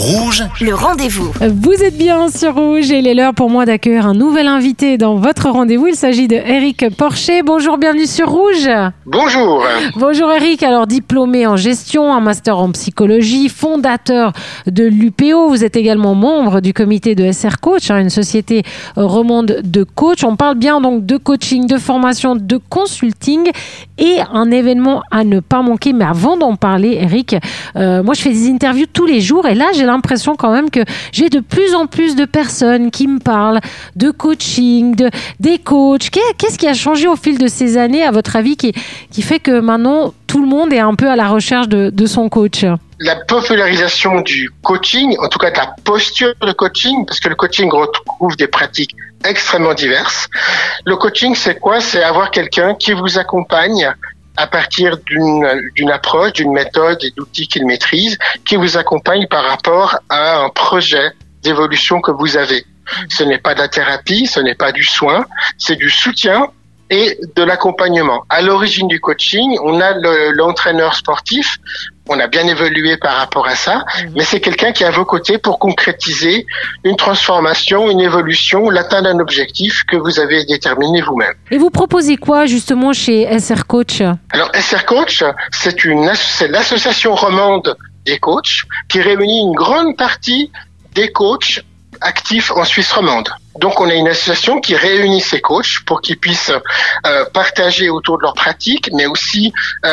Rouge, le rendez-vous. Vous êtes bien sur Rouge et il est l'heure pour moi d'accueillir un nouvel invité dans votre rendez-vous. Il s'agit de Eric Porcher. Bonjour, bienvenue sur Rouge. Bonjour. Bonjour Eric, alors diplômé en gestion, un master en psychologie, fondateur de l'UPO. Vous êtes également membre du comité de SR Coach, une société romande de coach. On parle bien donc de coaching, de formation, de consulting et un événement à ne pas manquer. Mais avant d'en parler, Eric, moi je fais des interviews tous les jours et là j'ai l'impression quand même que j'ai de plus en plus de personnes qui me parlent de coaching, des coachs. Qu'est-ce qui a changé au fil de ces années, à votre avis, qui fait que maintenant tout le monde est un peu à la recherche de son coach? La popularisation du coaching, en tout cas de la posture de coaching, parce que le coaching retrouve des pratiques extrêmement diverses. Le coaching, c'est quoi? C'est avoir quelqu'un qui vous accompagne à partir d'une approche, d'une méthode et d'outils qu'il maîtrise, qui vous accompagne par rapport à un projet d'évolution que vous avez. Ce n'est pas de la thérapie, ce n'est pas du soin, c'est du soutien et de l'accompagnement. À l'origine du coaching, on a l'entraîneur sportif. On a bien évolué par rapport à ça, mais c'est quelqu'un qui est à vos côtés pour concrétiser une transformation, une évolution, l'atteinte d'un objectif que vous avez déterminé vous-même. Et vous proposez quoi justement chez SR Coach? Alors SR Coach, c'est l'association romande des coachs qui réunit une grande partie des coachs actifs en Suisse romande. Donc on a une association qui réunit ces coachs pour qu'ils puissent partager autour de leurs pratiques, mais aussi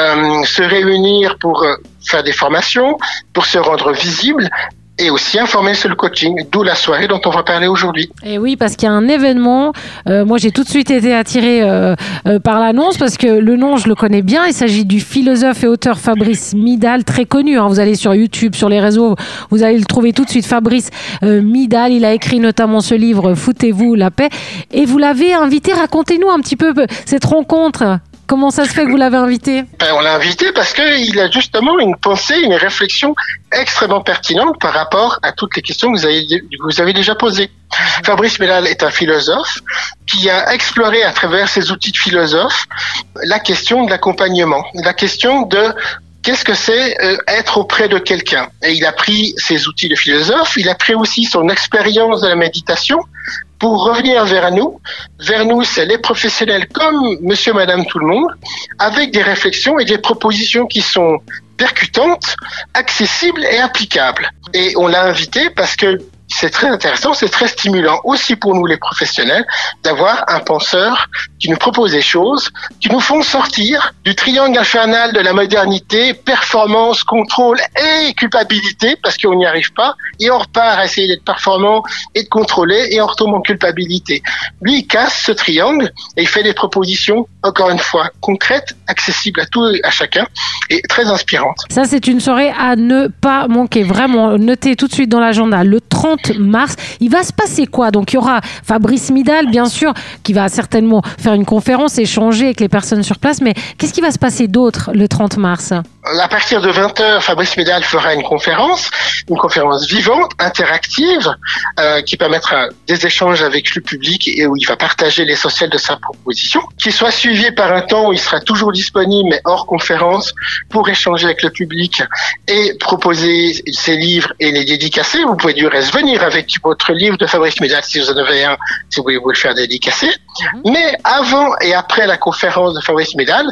se réunir pour faire des formations, pour se rendre visibles et aussi informer sur le coaching, d'où la soirée dont on va parler aujourd'hui. Et oui, parce qu'il y a un événement, moi j'ai tout de suite été attirée par l'annonce, parce que le nom je le connais bien, il s'agit du philosophe et auteur Fabrice Midal, très connu, vous allez sur YouTube, sur les réseaux, vous allez le trouver tout de suite, Fabrice Midal, il a écrit notamment ce livre « Foutez-vous la paix » et vous l'avez invité, racontez-nous un petit peu cette rencontre. Comment ça se fait que vous l'avez invité? On l'a invité parce qu'il a justement une pensée, une réflexion extrêmement pertinente par rapport à toutes les questions que vous avez déjà posées. Fabrice Midal est un philosophe qui a exploré à travers ses outils de philosophe la question de l'accompagnement, la question de qu'est-ce que c'est être auprès de quelqu'un. Et il a pris ses outils de philosophe, il a pris aussi son expérience de la méditation pour revenir vers nous. Vers nous, c'est les professionnels comme monsieur, madame, tout le monde, avec des réflexions et des propositions qui sont percutantes, accessibles et applicables. Et on l'a invité parce que c'est très intéressant, c'est très stimulant aussi pour nous les professionnels d'avoir un penseur qui nous propose des choses, qui nous font sortir du triangle infernal de la modernité, performance, contrôle et culpabilité, parce qu'on n'y arrive pas, et on repart à essayer d'être performant et de contrôler, et on retombe en culpabilité. Lui, il casse ce triangle et il fait des propositions, encore une fois, concrètes, accessibles à tout et à chacun, et très inspirantes. Ça, c'est une soirée à ne pas manquer, vraiment, notez tout de suite dans l'agenda, le 30 mars. Il va se passer quoi? Donc il y aura Fabrice Midal, bien sûr, qui va certainement faire une conférence, échanger avec les personnes sur place, mais qu'est-ce qui va se passer d'autre le 30 mars? À partir de 20h, Fabrice Midal fera une conférence vivante, interactive, qui permettra des échanges avec le public et où il va partager l'essentiel de sa proposition, qui soit suivi par un temps où il sera toujours disponible, mais hors conférence, pour échanger avec le public et proposer ses livres et les dédicacer. Vous pouvez du reste venir avec votre livre de Fabrice Midal, si vous en avez un, si vous voulez vous le faire dédicacer. Mais avant et après la conférence de Fabrice Midal,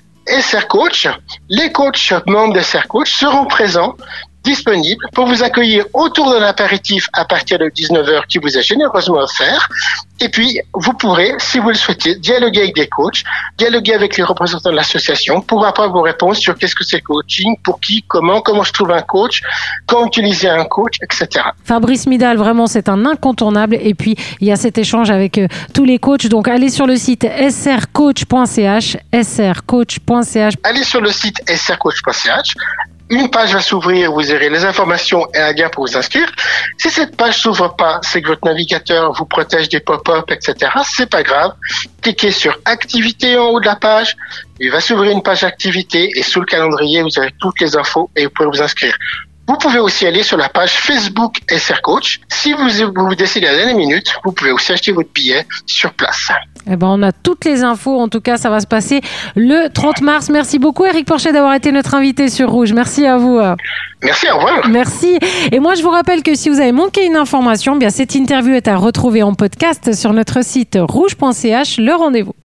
SR Coach, les coachs membres de SR Coach seront présents, disponibles pour vous accueillir autour d'un apéritif à partir de 19h qui vous est généreusement offert. Et puis, vous pourrez, si vous le souhaitez, dialoguer avec des coachs, dialoguer avec les représentants de l'association pour avoir vos réponses sur qu'est-ce que c'est le coaching, pour qui, comment je trouve un coach, quand utiliser un coach, etc. Fabrice Midal, vraiment, c'est un incontournable. Et puis, il y a cet échange avec tous les coachs. Donc, allez sur le site srcoach.ch, srcoach.ch. Allez sur le site srcoach.ch. Une page va s'ouvrir, vous aurez les informations et un lien pour vous inscrire. Si cette page s'ouvre pas, c'est que votre navigateur vous protège des pop-up, etc. C'est pas grave. Cliquez sur activité en haut de la page. Il va s'ouvrir une page activité et sous le calendrier, vous avez toutes les infos et vous pouvez vous inscrire. Vous pouvez aussi aller sur la page Facebook SR Coach. Si vous décidez à la dernière minute, vous pouvez aussi acheter votre billet sur place. Eh ben, on a toutes les infos. En tout cas, ça va se passer le 30 mars. Merci beaucoup, Éric Porchet, d'avoir été notre invité sur Rouge. Merci à vous. Merci, au revoir. Merci. Et moi, je vous rappelle que si vous avez manqué une information, bien, cette interview est à retrouver en podcast sur notre site rouge.ch. Le rendez-vous.